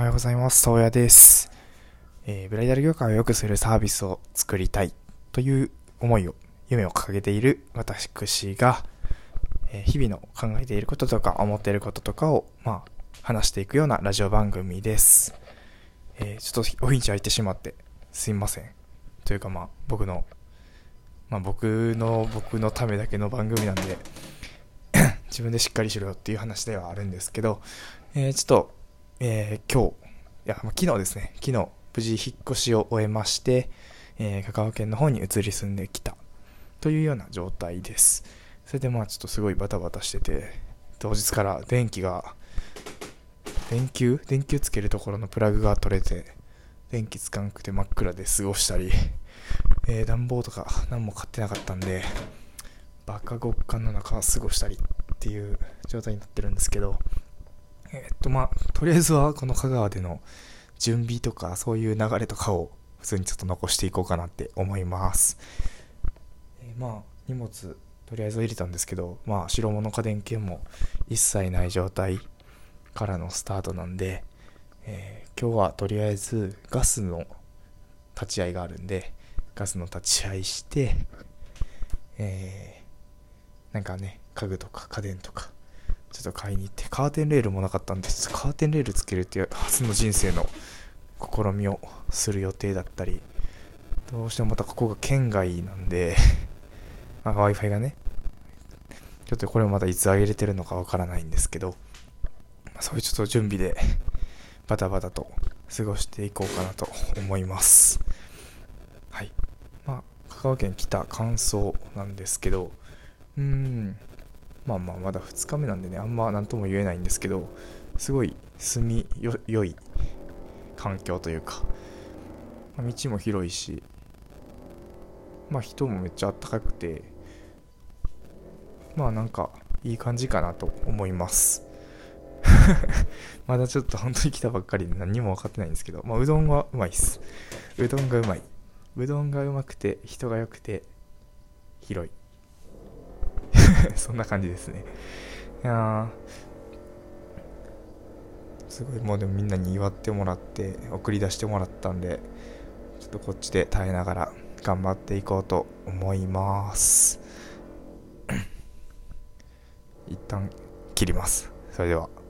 おはようございます。宗谷です。ブライダル業界を良くするサービスを作りたいという夢を掲げている私が、日々の考えていることとか思っていることとかを、話していくようなラジオ番組です。ちょっとお日にち空いてしまってすいません。というか僕のためだけの番組なんで自分でしっかりしろよっていう話ではあるんですけど、昨日ですね、昨日無事引っ越しを終えまして、香川県の方に移り住んできたというような状態です。それでちょっとすごいバタバタしてて、当日から電球つけるところのプラグが取れて、電気つかんくて真っ暗で過ごしたり、暖房とか何も買ってなかったんでバカ極寒の中過ごしたりっていう状態になってるんですけど、とりあえずはこの香川での準備とかそういう流れとかを普通にちょっと残していこうかなって思います。荷物とりあえず入れたんですけど、白物家電系も一切ない状態からのスタートなんで、今日はとりあえずガスの立ち会いがあるんで、ガスの立ち会いして、家具とか家電とかちょっと買いに行って、カーテンレールもなかったんで、ちょっとカーテンレールつけるっていう初の人生の試みをする予定だったり、どうしてもまたここが県外なんでWi-Fi がね、ちょっとこれもまたいつ上げれてるのかわからないんですけど、そういうちょっと準備でバタバタと過ごしていこうかなと思います。はい。香川県来た感想なんですけど、まだ2日目なんでね、あんま何とも言えないんですけど、すごい住みよい環境というか、道も広いし、人もめっちゃあったかくて、いい感じかなと思いますまだちょっと本当に来たばっかりで何にも分かってないんですけど、うどんはうまいっす。うどんがうまい。うどんがうまくて人が良くて広いそんな感じですね。いやすごい、もうでもみんなに祝ってもらって送り出してもらったんで、ちょっとこっちで耐えながら頑張っていこうと思います一旦切ります。それでは。